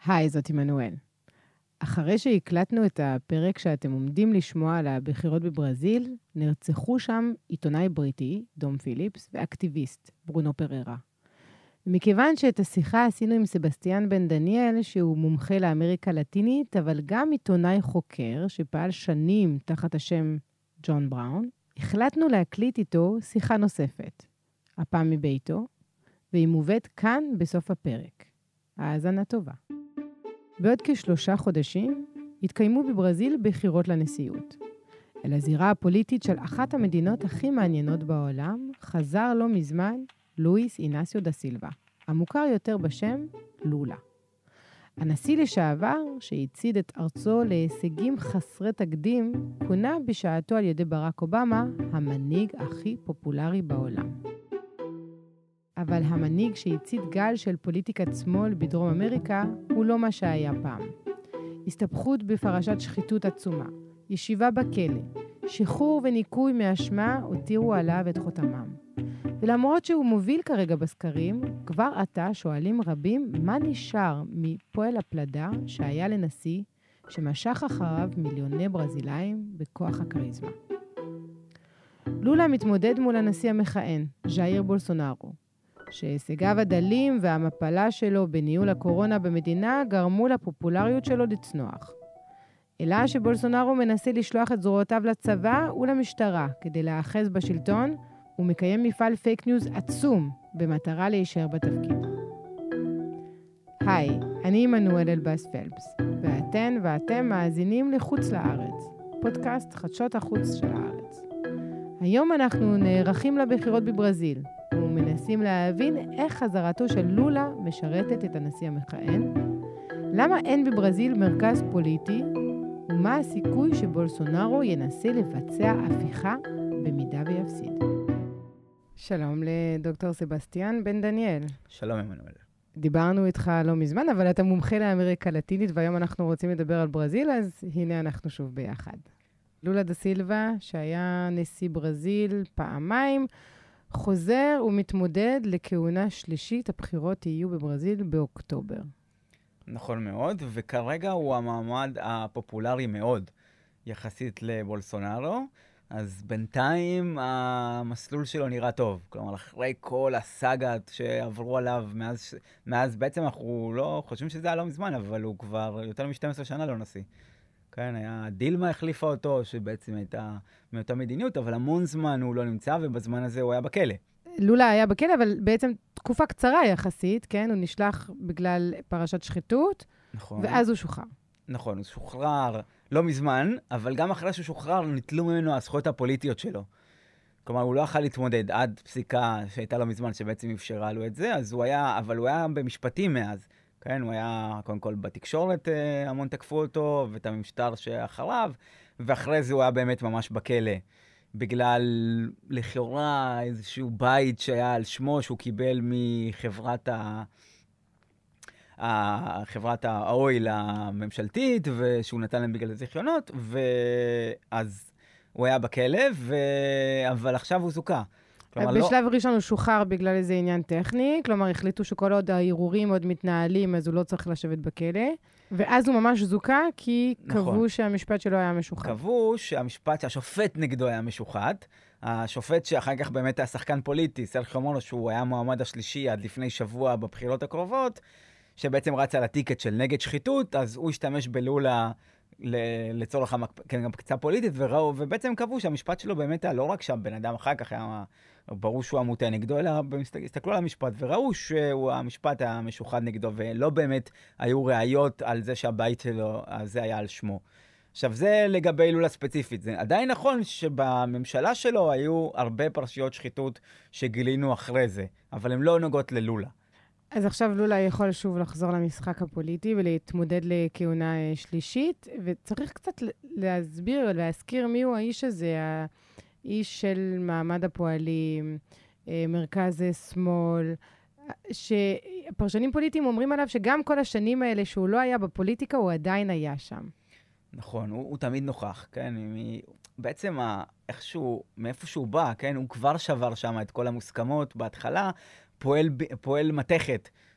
היי, זאת עמנואל. אחרי שהקלטנו את הפרק שאתם עומדים לשמוע על הבחירות בברזיל, נרצחו שם עיתונאי בריטי, דום פיליפס, ואקטיביסט, ברונו פררה. מכיוון שאת השיחה עשינו עם סבסטיאן בן דניאל, שהוא מומחה לאמריקה לטינית, אבל גם עיתונאי חוקר שפעל שנים תחת השם ג'ון בראון, החלטנו להקליט איתו שיחה נוספת, הפעם מביתו, והיא מובאת כאן בסוף הפרק. האזנה טובה. בעוד כ3 חודשים התקיימו בברזיל בחירות לנשיאות. אל הזירה הפוליטית של אחת המדינות הכי מעניינות בעולם חזר לא מזמן לואיס אינאסיו דה סילבה, המוכר יותר בשם לולה. הנשיא לשעבר, שהצעיד את ארצו להישגים חסרי תקדים, כונה בשעתו על ידי ברק אובמה המנהיג הכי פופולרי בעולם. אבל המנהיג שהצעיד גל של פוליטיקת שמאל בדרום אמריקה הוא לא מה שהיה פעם. הסתבכות בפרשת שחיתות עצומה, ישיבה בכלא, שחרור וניקוי מאשמה הותירו עליו את חותמם. ולמרות שהוא מוביל כרגע בסקרים, כבר עתה שואלים רבים מה נשאר מפועל הפלדה שהיה לנשיא שמשך אחריו מיליוני ברזילאים בכוח הקריזמה. לולה מתמודד מול הנשיא המכהן, ז'איר בולסונארו, שהישגיו הדלים והמפלה שלו בניהול הקורונה במדינה גרמו לפופולריות שלו לצנוח. אלא שבולסונארו מנסה לשלוח את זרועותיו לצבא ולמשטרה כדי להאחז בשלטון, ומקיים מפעל פייק ניוז עצום במטרה להישאר בתפקיד. היי, אני עמנואל אלבאס פלפס, ואתן ואתם מאזינים לחוץ לארץ, פודקאסט חדשות החוץ של הארץ. היום אנחנו נערכים לבחירות בברזיל, ומנסים להבין איך חזרתו של לולה משרתת את הנשיא המכהן, למה אין בברזיל מרכז פוליטי, ומה הסיכוי שבולסונארו ינסה לבצע הפיכה במידה ויפסיד. שלום לדוקטור סבסטיאן בן דניאל. שלום עמנואל. דיברנו איתך לא מזמן, אבל אתה מומחה לאמריקה לטינית, והיום אנחנו רוצים לדבר על ברזיל, אז הנה אנחנו שוב ביחד. לולה דה סילבה, שהיה נשיא ברזיל פעמיים, חוזר ומתמודד לכהונה שלישית. הבחירות יהיו בברזיל באוקטובר. נכון מאוד, וכרגע הוא המעמד הפופולרי מאוד יחסית לבולסונארו, אז בינתיים המסלול שלו נראה טוב. כלומר, אחרי כל הסאגה שעברו עליו, מאז בעצם אנחנו לא חושבים שזה היה לא מזמן, אבל הוא כבר יותר מ-12 שנה לא נשיא. כן, היה דילמה החליפה אותו, שבעצם הייתה מאותה מדיניות, אבל המון זמן הוא לא נמצא, ובזמן הזה הוא היה בכלא. לולה היה בכלא, אבל בעצם תקופה קצרה יחסית, כן? הוא נשלח בגלל פרשת שחיתות, נכון. ואז הוא שוחרר. נכון, הוא שוחרר לא מזמן, אבל גם אחרי שהוא שוחרר, ניטלו ממנו הזכויות הפוליטיות שלו. כלומר, הוא לא יכול להתמודד עד פסיקה שהייתה לא מזמן, שבעצם אפשרה לו את זה, אבל הוא היה במשפטים מאז. כן, הוא היה, קודם כל, בתקשורת המון תקפו אותו, ואת המשטר שאחריו, ואחרי זה הוא היה באמת ממש בכלא, בגלל לכאורה איזשהו בית שהיה על שמו, שהוא קיבל מחברת חברת האויל הממשלתית, ושהוא נתן להם בגלל זיכיונות, ואז הוא היה בכלא, אבל עכשיו הוא זוכה. בשלב ראשון הוא שוחרר בגלל איזה עניין טכני, כלומר החליטו שכל עוד הערעורים עוד מתנהלים, אז הוא לא צריך לשבת בכלא, ואז הוא ממש זוכה, כי קבעו שהמשפט שלו היה משוחד. קבעו שהשופט נגדו היה משוחד, השופט שאחר כך באמת היה שחקן פוליטי, סרחיו מורו, שהוא היה מועמד השלישי עד לפני שבוע בבחירות הקרובות, שבעצם רץ על הטיקט של נגד שחיתות, אז הוא השתמש בלולה לצורך גם קצה פוליטית, ובעצם קבעו שהמשפט שלו באמת היה לא רק שהבן אדם אחר כך היה ברור שהוא המוטה נגדו, אלא הסתכלו על המשפט וראו שהמשפט היה משוחד נגדו, ולא באמת היו ראיות על זה שהבית שלו, זה היה על שמו. עכשיו, זה לגבי לולה ספציפית. זה עדיין נכון שבממשלה שלו היו הרבה פרשיות שחיתות שגילינו אחרי זה, אבל הן לא נוגעות ללולה. אז עכשיו לולה יכול שוב לחזור למשחק הפוליטי ולהתמודד לכהונה שלישית, וצריך קצת להסביר ולהזכיר מיהו האיש הזה, האיש של מעמד הפועלים, מרכז שמאל, שפרשנים פוליטיים אומרים עליו שגם כל השנים האלה שהוא לא היה בפוליטיקה, הוא עדיין היה שם. נכון, הוא תמיד נוכח, כן? בעצם איכשהו, מאיפה שהוא בא, כן? הוא כבר שבר שם את כל המוסכמות בהתחלה, פועל מתכת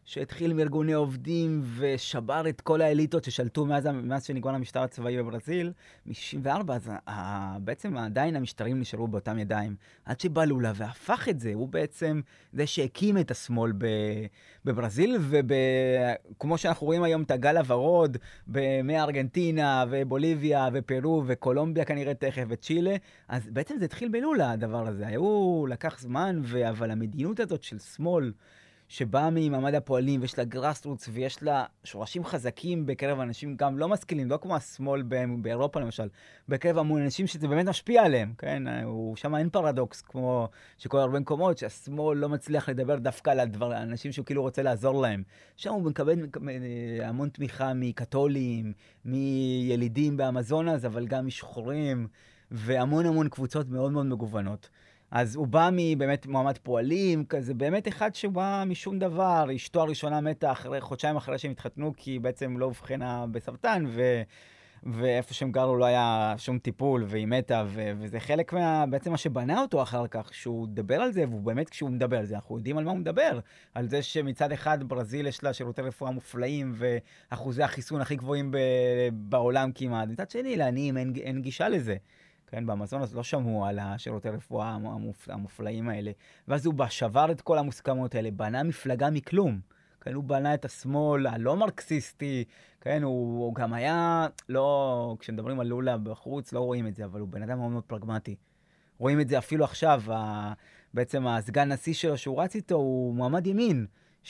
שהתחיל מארגוני עובדים ושבר את כל האליטות ששלטו מאז שנגמר המשטר הצבאי בברזיל, מ-64, אז בעצם עדיין המשטרים נשארו באותם ידיים. עד שבא לולה והפך את זה, הוא בעצם זה שהקים את השמאל בברזיל, וכמו שאנחנו רואים היום את הגל הוורוד, מארגנטינה ובוליביה ופרו וקולומביה כנראה תכף וצ'ילה, אז בעצם זה התחיל בלולה הדבר הזה. הוא לקח זמן, אבל המדיניות הזאת של שמאל, שבאה ממעמד הפועלים, ויש לה גראסרוטס, ויש לה שורשים חזקים בקרב אנשים גם לא משכילים, לא כמו השמאל באירופה למשל, בקרב המון אנשים שזה באמת משפיע עליהם, כן? שם אין פרדוקס, כמו שקורה הרבה מקומות, שהשמאל לא מצליח לדבר דווקא על אנשים שהוא כאילו רוצה לעזור להם. שם הוא מקבל המון תמיכה מקתולים, מילידים באמזונס, אבל גם משחורים, והמון קבוצות מאוד מאוד מגוונות. אז הוא בא מבאמת מועמד פועלים, כזה באמת אחד שבא משום דבר, אשתו הראשונה מתה חודשיים אחרי שהם התחתנו, כי בעצם לא הבחינה בסרטן, ואיפה שהם גרו לא היה שום טיפול, והיא מתה, וזה חלק בעצם מה שבנה אותו אחר כך, שהוא מדבר על זה, והוא באמת כשהוא מדבר על זה, אנחנו יודעים על מה הוא מדבר, על זה שמצד אחד ברזיל יש לה שירותי רפואה מופלאים, ואחוזי החיסון הכי גבוהים בעולם כמעט, מצד שני, לעניים אין גישה לזה. כן, באמזונס לא שמעו על השירותי רפואה המופלאים האלה. ואז הוא שבר את כל המוסכמות האלה, בנה מפלגה מכלום. כן, הוא בנה את השמאל הלא מרקסיסטי, כן, הוא גם היה, לא, כשמדברים על לולה בחוץ לא רואים את זה, אבל הוא בן אדם מאוד מאוד פרגמטי. רואים את זה אפילו עכשיו, בעצם הסגן נשיא שלו שהוא רץ איתו, הוא מועמד ימין.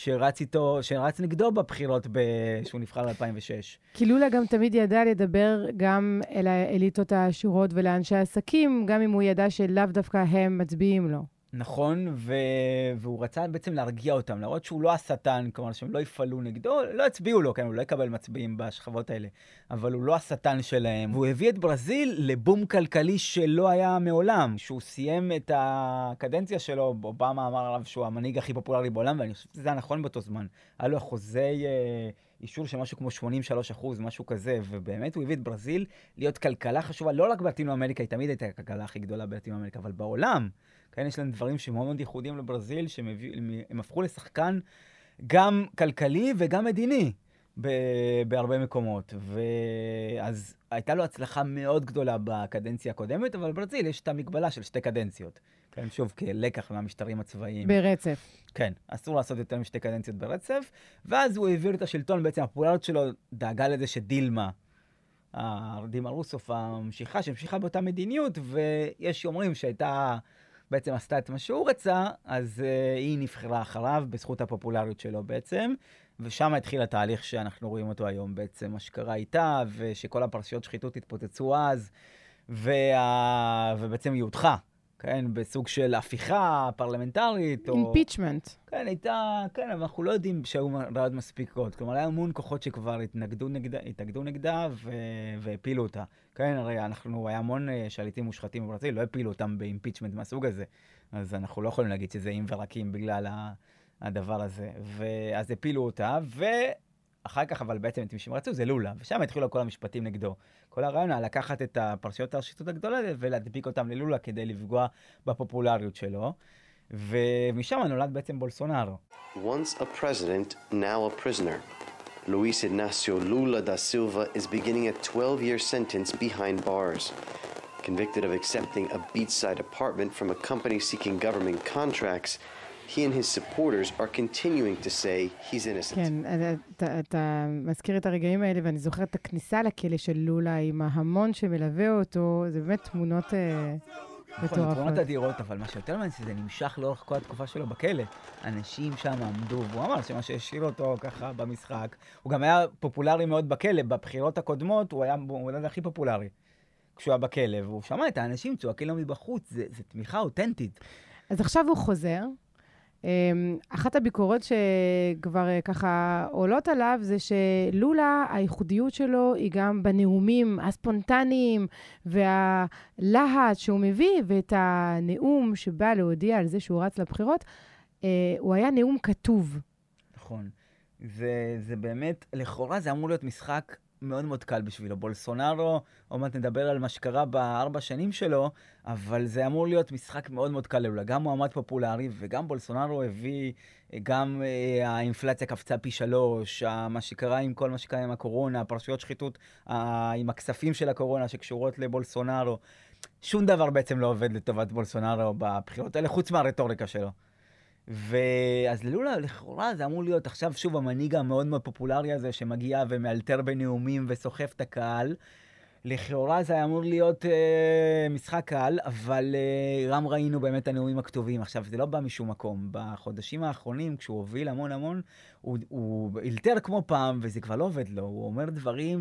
שרץ נגדו בבחירות שהוא נבחר ב-2006. כי לולה גם תמיד ידע לדבר גם אל האליטות העשירות ולאנשי העסקים, גם אם הוא ידע שלאו דווקא הם מצביעים לו. נכון, והוא רצה בעצם להרגיע אותם, להראות שהוא לא השטן, כלומר שהם לא יפעלו נגדו, לא הצביעו לו, כן, הוא לא יקבל מצביעים בשכבות האלה, אבל הוא לא השטן שלהם. והוא הביא את ברזיל לבום כלכלי שלא היה מעולם, שהוא סיים את הקדנציה שלו, אובמה אמר עליו שהוא המנהיג הכי פופולרי בעולם, ואני חושב שזה היה נכון באותו זמן. היה לו אחוזי אישור של משהו כמו 83%, משהו כזה, ובאמת הוא הביא את ברזיל להיות כלכלה חשובה, לא רק בלטינו אמריקה, היא תמיד הייתה הכלכלה הכי גדולה בלטינו אמריקה, אבל בעולם. כן, יש להם דברים שמאוד מאוד ייחודיים לברזיל, שהם הפכו לשחקן גם כלכלי וגם מדיני בהרבה מקומות. ואז הייתה לו הצלחה מאוד גדולה בקדנציה הקודמת, אבל בברזיל יש את המגבלה של 2 קדנציות. כן, שוב, כלקח מהמשטרים הצבאיים. ברצף. כן, אסור לעשות יותר מ2 קדנציות ברצף, ואז הוא העביר את השלטון, בעצם הפופולריות שלו דאגה לזה שדילמה, דימה רוסוף הממשיכה, שהמשיכה באותה מדיניות, ויש שאומרים שהייתה בעצם עשתה את מה שהוא רצה, אז היא נבחרה אחריו בזכות הפופולריות שלו בעצם, ושם התחיל התהליך שאנחנו רואים אותו היום בעצם, מה שקרה איתה, ושכל הפרשיות שחיתות התפוצצו אז, ובעצם היא הודחה, כן, בסוג של הפיכה פרלמנטרית. אימפיצ'מנט. כן, הייתה, כן, אבל אנחנו לא יודעים שהיו ראיות מספיקות. כלומר, היה המון כוחות שכבר התנגדו נגדה והפילו אותה. כן, הרי היה המון שליטים מושחתים בברזיל, לא הפילו אותם באימפיצ'מנט מהסוג הזה. אז אנחנו לא יכולים להגיד שזה אם ורקים בגלל הדבר הזה. ואז הפילו אותה, ואחר כך, אבל בעצם את מי שהם רצו, זה לולה. ושם התחילו כל המשפטים נגדו. כל הרעיון היה לקחת את הפרשיות השחיתות הגדולה ולהדביק אותם ללולה כדי לפגוע בפופולריות שלו. ומשם נולד בעצם בולסונארו. Once a president, now a prisoner. Luis Ignacio Lula da Silva is beginning a 12-year sentence behind bars. Convicted of accepting a beachside apartment from a company seeking government contracts, he and his supporters are continuing to say he's innocent. כן, אתה מזכיר את הרגעים האלה, ואני זוכרת את הכניסה לכלא של לולה עם ההמון שמלווה אותו, זה באמת תמונות נכון, תמונות אדירות, אבל מה שיותר מעניין זה נמשך לאורך כל התקופה שלו בכלא. אנשים שם עמדו, והוא אמר שמה שהשאיר אותו ככה במשחק, הוא גם היה פופולרי מאוד בכלא, בבחירות הקודמות הוא היה המועמד הכי פופולרי כשהוא היה בכלא, והוא שמע את האנשים צועקים לו מבחוץ, זה תמיכה אותנטית. אז עכשיו הוא חוזר. אחת הביקורות שכבר ככה עולות עליו זה שלולה, הייחודיות שלו היא גם בנאומים הספונטניים והלהט שהוא מביא, ואת הנאום שבא להודיע על זה שהוא רץ לבחירות, הוא היה נאום כתוב. נכון. זה באמת, לכאורה זה אמור להיות משחק מאוד מאוד קל בשבילו. בולסונארו, עוד מעט נדבר על מה שקרה ב4 שנים שלו, אבל זה אמור להיות משחק מאוד מאוד קל ללולה. גם מועמד פופולרי וגם בולסונארו הביא, גם האינפלציה קפצה פי 3, מה שקרה עם כל מה שקרה עם הקורונה, פרשיות שחיתות, עם הכספים של הקורונה שקשורות לבולסונארו. שום דבר בעצם לא עובד לטובת בולסונארו בבחירות האלה, חוץ מהרטוריקה שלו. ואז ללולה, לכאורה, זה אמור להיות עכשיו שוב המנהיג המאוד מאוד פופולרי הזה, שמגיע ומאלתר בנאומים וסוחף את הקהל. לכאורה זה אמור להיות משחק קל, אבל גם ראינו באמת את הנאומים הכתובים. עכשיו, זה לא בא משום מקום. בחודשים האחרונים, כשהוא הוביל המון, הוא אלתר כמו פעם, וזה כבר לא עובד לו. הוא אומר דברים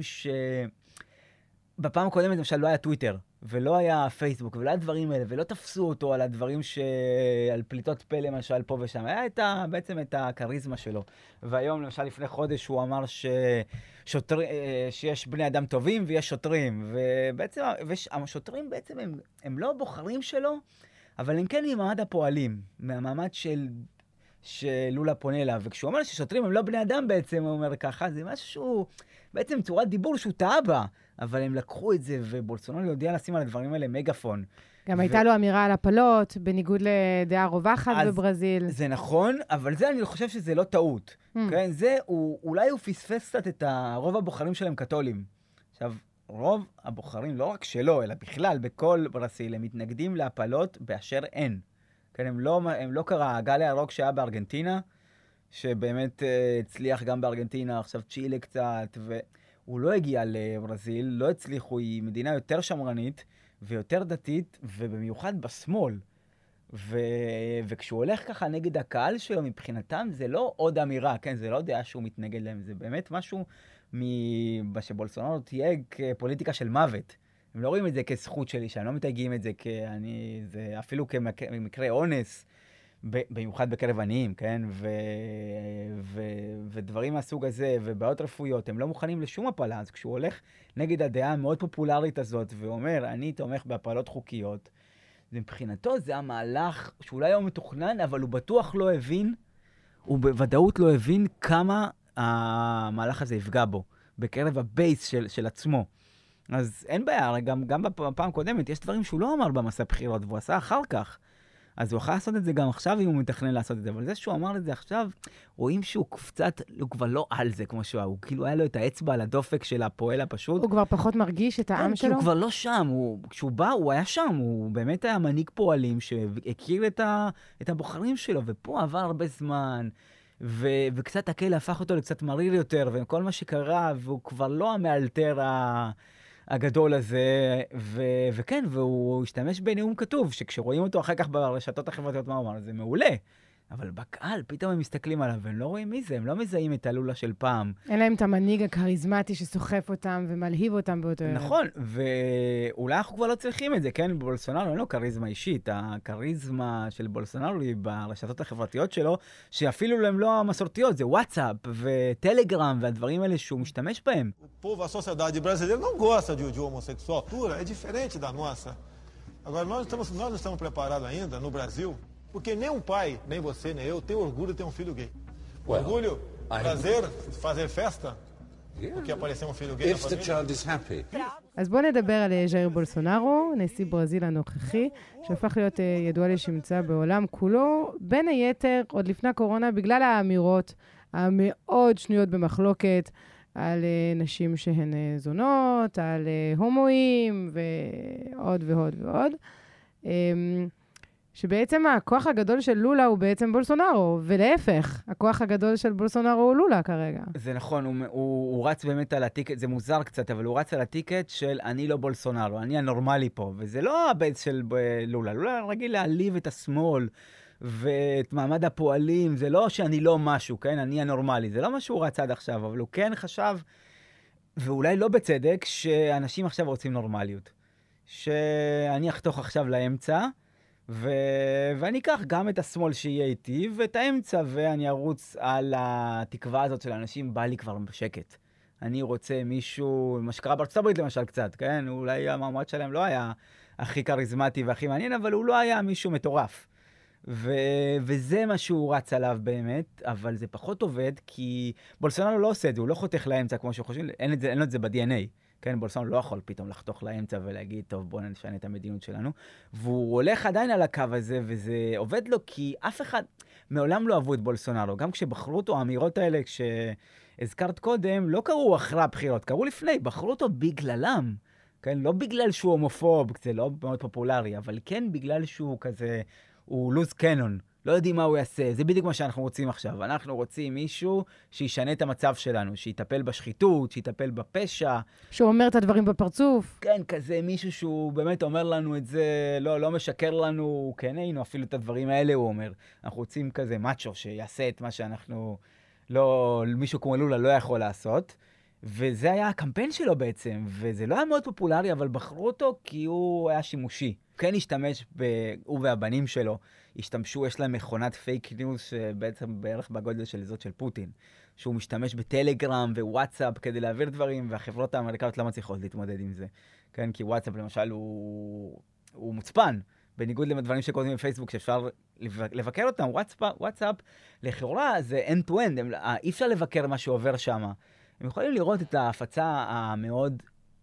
בפעם הקודמת, למשל, לא היה טוויטר, ולא היה פייסבוק, ולא היה דברים האלה, ולא תפסו אותו על הדברים על פליטות פה, למשל, פה ושם. היה בעצם את הכריזמה שלו. והיום, למשל, לפני חודש, הוא אמר שיש בני אדם טובים ויש שוטרים. ובעצם, השוטרים בעצם הם לא בוחרים שלו, אבל הם כן ממעמד הפועלים, מהמעמד שלולה פונה אליו. וכשהוא אומר ששוטרים הם לא בני אדם בעצם, הוא אומר ככה, זה משהו, בעצם צורת דיבור שהוא טעה בה. אבל הם לקחו את זה, ובולסונארו יודע לשים על הדברים האלה מגפון. גם הייתה לו אמירה על הפלות, בניגוד לדעה רווחת בברזיל. זה נכון, אבל זה אני חושב שזה לא טעות. כן? זה, אולי הוא פספס קצת את רוב הבוחרים שלהם קתולים. עכשיו, רוב הבוחרים, לא רק שלו, אלא בכלל, בכל ברזיל, הם מתנגדים להפלות באשר אין. כן? הם לא קרה, הגל הירוק שהיה בארגנטינה, שבאמת הצליח גם בארגנטינה, עכשיו צ'ילה קצת, הוא לא הגיע לברזיל, לא הצליחו, היא מדינה יותר שמרנית ויותר דתית, ובמיוחד בשמאל. וכשהוא הולך ככה נגד הקהל שלו, מבחינתם זה לא עוד אמירה, כן? זה לא דעה שהוא מתנגד להם, זה באמת משהו שבולסונארו תהיה כפוליטיקה של מוות. הם לא רואים את זה כזכות שלי, שהם לא מתייגים את זה זה אפילו כמקרה אונס, במיוחד בקרב עניים, כן? ודברים מהסוג הזה, ובעיות רפואיות, הם לא מוכנים לשום הפלה. אז כשהוא הולך נגד הדעה המאוד פופולרית הזאת, ואומר, אני תומך בהפלות חוקיות, מבחינתו זה המהלך שאולי הוא מתוכנן, אבל הוא בטוח לא הבין, הוא בוודאות לא הבין כמה המהלך הזה יפגע בו, בקרב הבייס של עצמו. אז אין בעיה, גם בפעם קודמת, יש דברים שהוא לא אמר במסע בחירות, והוא עשה אחר כך. אז הוא יכול לעשות את זה גם עכשיו, אם הוא מתכנן לעשות את זה. אבל זה שהוא אמר את זה עכשיו, רואים שהוא קצת, הוא כבר לא על זה כמו שהוא. הוא כאילו היה לו את האצבע על הדופק של הפועל הפשוט. הוא כבר פחות מרגיש את העם שלו? הוא כבר לא שם. כשהוא בא, הוא היה שם. הוא באמת היה מנהיג פועלים שהכיר את הבוחרים שלו. ופה עבר הרבה זמן, וקצת הקהל הפך אותו לקצת מריר יותר, וכל מה שקרה, והוא כבר לא המאלתר הגדול הזה, וכן, והוא השתמש בנאום כתוב, שכשרואים אותו אחר כך ברשתות החברתיות, מה הוא אמר? זה מעולה. אבל בקהל, פתאום הם מסתכלים עליו, והם לא רואים מי זה, הם לא מזהים את הלולה של פעם. אין להם את המנהיג הכריזמטי שסוחף אותם ומלהיב אותם באותו ערב. נכון, ואולי אנחנו כבר לא צריכים את זה, כן? בולסונארו אין לו כריזמה אישית. הכריזמה של בולסונארו היא ברשתות החברתיות שלו, שאפילו הם לא המסורתיות, זה וואטסאפ וטלגרם והדברים האלה שהוא משתמש בהם. povo, a sociedade brasileira não gosta de homossexual. É diferente da nossa. Agora, nós não estamos preparados ainda, no Brasil, porque nem um pai, nem você, nem eu, tem orgulho de ter um filho gay. Orgulho, prazer, fazer festa, porque apareceu um filho gay na família. If the child is happy. אז בואו נדבר על ז'איר בולסונארו, נשיא ברזיל הנוכחי, שהפך להיות ידוע לשמצה בעולם כולו, בין היתר, עוד לפני הקורונה, בגלל האמירות המאוד שנויות במחלוקת, על נשים שהן זונות, על הומואים ועוד ועוד ועוד. שבעצם הכוח הגדול של לולה הוא בעצם בולסונארו, ולהפך, הכוח הגדול של בולסונארו הוא לולה כרגע. זה נכון, הוא רץ באמת על הטיקט, זה מוזר קצת, אבל הוא רץ על הטיקט של אני לא בולסונארו, אני הנורמלי פה, וזה לא הבייס של לולה. לולה רגיל להעליב את השמאל, ואת מעמד הפועלים, זה לא שאני לא משהו, כן? אני הנורמלי, זה לא מה שהוא רץ עד עכשיו, אבל הוא כן חשב, ואולי לא בצדק, שאנשים עכשיו רוצים נורמליות. שאני אחתוך עכשיו לאמצע, ואני אקח גם את השמאל שיהיה איתי, ואת האמצע, ואני ארוץ על התקווה הזאת של אנשים, בא לי כבר בשקט. אני רוצה מישהו, מה שקרה בארצות הברית למשל קצת, כן? אולי המעמד שלהם לא היה הכי כריזמטי והכי מעניין, אבל הוא לא היה מישהו מטורף. וזה מה שהוא רץ עליו באמת, אבל זה פחות עובד, כי בולסונרו לא עושה את זה, הוא לא חותך לאמצע כמו שחושבים, אין לו את זה ב-DNA. כן, בולסונרו לא יכול פתאום לחתוך לאמצע ולהגיד, טוב, בואו נשנה את המדיניות שלנו. והוא הולך עדיין על הקו הזה, וזה עובד לו, כי אף אחד מעולם לא אהבו את בולסונרו. גם כשבחרו אותו, האמירות האלה, כשהזכרת קודם, לא קראו אחרי הבחירות, קראו לפני, בחרו אותו בגללם. כן, לא בגלל שהוא הומופוב, זה לא מאוד פופולרי, אבל כן בגלל שהוא כזה, הוא לוז קנון. לא יודעים מה הוא יעשה, זה בדיוק מה שאנחנו רוצים עכשיו. אנחנו רוצים מישהו שישנה את המצב שלנו, שיטפל בשחיתות, שיטפל בפשע. שהוא אומר את הדברים בפרצוף. כן, כזה מישהו שהוא באמת אומר לנו את זה, לא משקר לנו, כן, היינו, אפילו את הדברים האלה הוא אומר. אנחנו רוצים כזה מאצ'ו שיעשה את מה שאנחנו, מישהו כמו לולה לא יכול לעשות. וזה היה הקמפיין שלו בעצם, וזה לא היה מאוד פופולרי, אבל בחרו אותו כי הוא היה שימושי. כן השתמש, הוא והבנים שלו, השתמשו, יש להם מכונת פייק ניוז שבעצם בערך בגודל של זאת של פוטין, שהוא משתמש בטלגרם ווואטסאפ כדי להעביר דברים, והחברות האמריקאיות לא מצליחות להתמודד עם זה. כן, כי וואטסאפ למשל הוא מוצפן, בניגוד לדברים שקוראים בפייסבוק שאפשר לבקר אותם. וואטסאפ לכאורה זה end-to-end, אי אפשר לבקר מה שעובר שם. הם יכולים לראות את ההפצה המאוד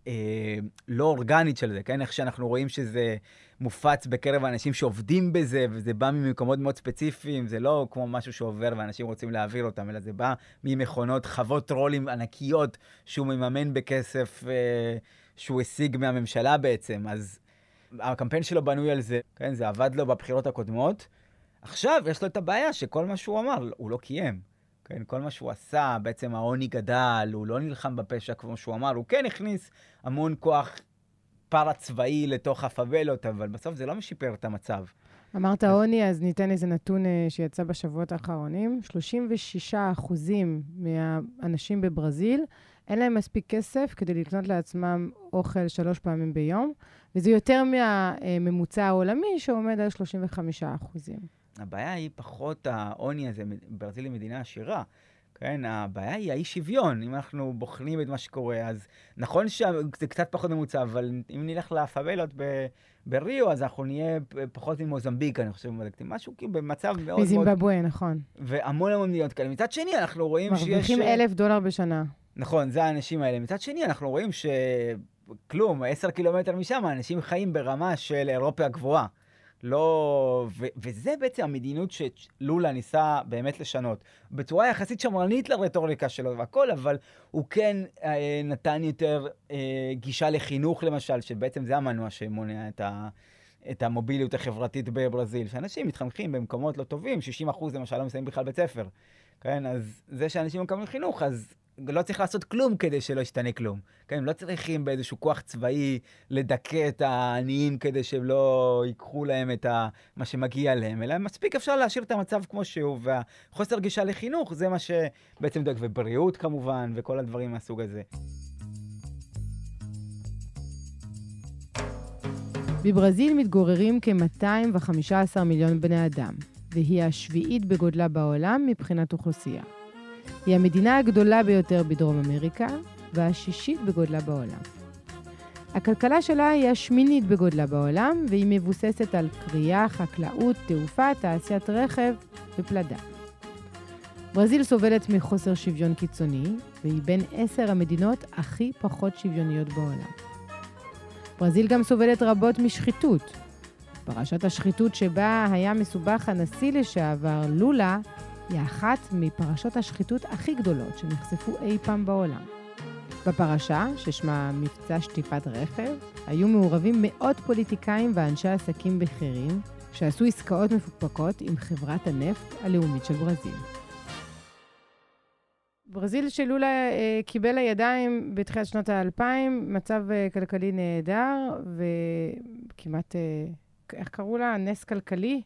לא אורגנית של זה, כן? איך שאנחנו רואים שזה מופץ בקרב האנשים שעובדים בזה, וזה בא ממקומות מאוד ספציפיים, זה לא כמו משהו שעובר ואנשים רוצים להעביר אותם, אלא זה בא ממכונות, חוות רולים ענקיות שהוא מממן בכסף שהוא השיג מהממשלה בעצם. אז הקמפיין שלו בנוי על זה, כן? זה עבד לו בבחירות הקודמות. עכשיו יש לו את הבעיה שכל מה שהוא אמר, הוא לא קיים. כן, כל מה שהוא עשה, בעצם העוני גדל, הוא לא נלחם בפשע כמו שהוא אמר, הוא כן הכניס המון כוח פרה-צבאי לתוך הפאבלות, אבל בסוף זה לא משיפר את המצב. אמרת העוני, אז ניתן איזה נתון שיצא בשבועות האחרונים. 36% מהאנשים בברזיל, אין להם מספיק כסף כדי לקנות לעצמם אוכל 3 פעמים ביום, וזה יותר מהממוצע העולמי שעומד על 35%. הבעיה היא פחות העוני הזה, ברזיל היא מדינה עשירה, כן? הבעיה היא האי שוויון. אם אנחנו בוחנים את מה שקורה, אז נכון שזה קצת פחות ממוצע, אבל אם נלך לפאבלות בריו, אז אנחנו נהיה פחות ממוזמביק, אני חושב, משהו כאילו במצב מאוד מזימבבואה, נכון. והמון מדינות כאלה. מצד שני, אנחנו רואים שיש... מרוויחים $1,000 בשנה. נכון, זה האנשים האלה. מצד שני, אנחנו רואים שכלום, 10 קילומטר משם, האנשים חיים ברמה של אירופה הגבוהה. לא, וזה בעצם המדיניות שלולה ניסה באמת לשנות. בצורה יחסית שמרנית לרטוריקה שלו והכל, אבל הוא כן נתן יותר גישה לחינוך למשל, שבעצם זה המנוע שמונע את המוביליות החברתית בברזיל, שאנשים מתחנכים במקומות לא טובים, 60% למשל לא מסיימים בכלל בית ספר. כן, אז זה שאנשים מקבלים חינוך, אז לא צריך לעשות כלום כדי שלא ישתנה כלום. כן, הם לא צריכים באיזשהו כוח צבאי לדכא את העניים כדי שהם לא ייקחו להם את מה שמגיע להם, אלא מספיק אפשר להשאיר את המצב כמו שהוא, והחוסר גישה לחינוך זה מה שבעצם דואג, ובריאות כמובן, וכל הדברים מהסוג הזה. בברזיל מתגוררים כ-215 מיליון בני אדם, והיא השביעית בגודלה בעולם מבחינת אוכלוסייה. היא המדינה הגדולה ביותר בדרום אמריקה, והשישית בגודלה בעולם. הכלכלה שלה היא השמינית בגודלה בעולם, והיא מבוססת על קריאה, חקלאות, תעופה, תעשיית רכב ופלדה. ברזיל סובלת מחוסר שוויון קיצוני, והיא בין 10 המדינות הכי פחות שוויוניות בעולם. ברזיל גם סובלת רבות משחיתות. פרשת השחיתות שבה היה מסובך הנשיא לשעבר לולה, היא אחת מפרשות השחיתות הכי גדולות שנחשפו אי פעם בעולם. בפרשה, ששמה מבצע שטיפת רכב, היו מעורבים מאות פוליטיקאים ואנשי עסקים בכירים, שעשו עסקאות מפוקפקות עם חברת הנפט הלאומית של ברזיל. ברזיל שלולה קיבל לידיים בתחילת שנות ה-2000, מצב כלכלי נהדר, וכמעט, איך קראו לה? נס כלכלי,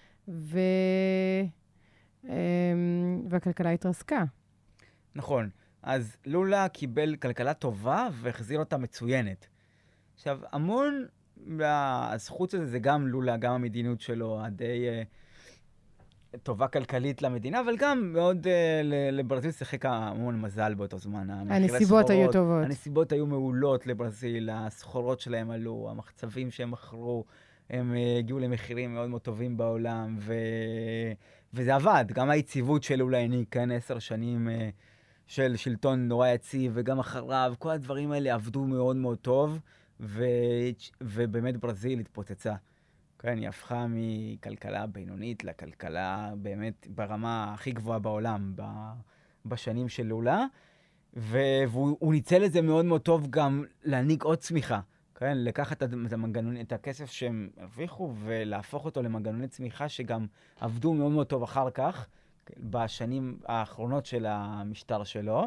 והכלכלה התרסקה. נכון. אז לולה קיבל כלכלה טובה והחזיר אותה מצוינת. עכשיו, המון הזכות של זה גם לולה, גם המדיניות שלו, די טובה כלכלית למדינה, אבל גם מאוד לברזיל שיחק המון מזל באותו זמן. הנסיבות היו טובות. הנסיבות היו מעולות לברזיל, הסחורות שלהם עלו, המחצבים שהם מכרו, הם הגיעו למחירים מאוד מאוד טובים בעולם, וזה עבד. גם היציבות של לולה העניק, כן, 10 שנים של שלטון נורא יציב, וגם אחריו, כל הדברים האלה עבדו מאוד מאוד טוב, ובאמת ברזיל התפוצצה. כן, היא הפכה מכלכלה בינונית לכלכלה באמת ברמה הכי גבוהה בעולם בשנים של לולה, והוא ניצל את זה מאוד מאוד טוב גם להעניק עוד צמיחה. כן, לקחת את הכסף שהם הרוויחו ולהפוך אותו למנגנוני צמיחה שגם עבדו מאוד מאוד טוב אחר כך, בשנים האחרונות של המשטר שלו.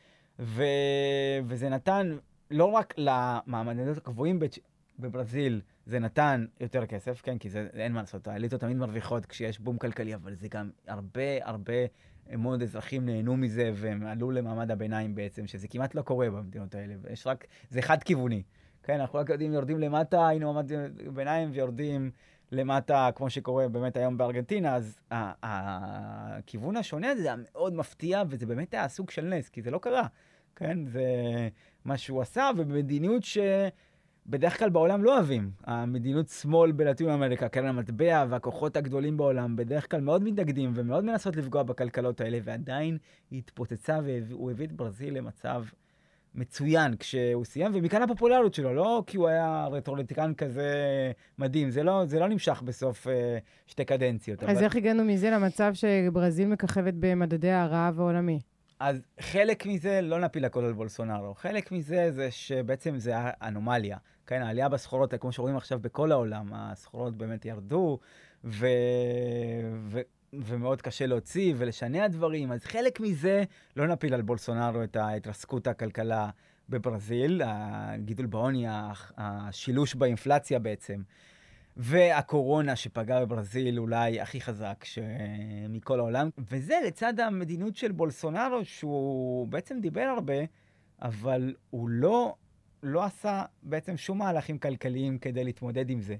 וזה נתן לא רק למעמדות הקבועים בברזיל, זה נתן יותר כסף, כן, כי אין מה לעשות, האליטות תמיד מרוויחות כשיש בום כלכלי, אבל זה גם הרבה מאוד אזרחים נהנו מזה, והם עלו למעמד הביניים בעצם, שזה כמעט לא קורה במדינות האלה, ויש רק, זה חד כיווני. כן, אנחנו רק יורדים למטה, היינו מעמד ביניים, ויורדים למטה, כמו שקורה באמת היום בארגנטינה, אז הכיוון השונה הזה מאוד מפתיע, וזה באמת היה סוג של נס, כי זה לא קרה. כן, זה מה שהוא עשה, ובמדיניות שבדרך כלל בעולם לא אוהבים. המדינות שמאל בלטין אמריקה, קרן המטבע והכוחות הגדולים בעולם, בדרך כלל מאוד מתנגדים ומאוד מנסות לפגוע בכלכלות האלה, ועדיין היא התפוצצה, והוא הביא את ברזיל למצב מצוין כשהוא סיים, ומכאן הפופולריות שלו, לא כי הוא היה רטרולטיקן כזה מדהים, זה לא נמשך בסוף 2 קדנציות. אז איך הגענו מזה למצב שברזיל מככבת במדדי הרעב העולמי? אז חלק מזה, לא נפיל הכל על בולסונארו, חלק מזה זה שבעצם זה אנומליה. כן, העלייה בסחורות, כמו שרואים עכשיו בכל העולם, הסחורות באמת ירדו, ומאוד קשה להוציא ולשנע דברים, אז חלק מזה לא נפיל על בולסונארו את ההתרסקות הכלכלה בברזיל, הגידול בעוני, השילוש באינפלציה בעצם, והקורונה שפגעה בברזיל אולי הכי חזק מכל העולם, וזה לצד המדיניות של בולסונארו, שהוא בעצם דיבר הרבה, אבל הוא לא עשה בעצם שום מהלכים כלכליים כדי להתמודד עם זה.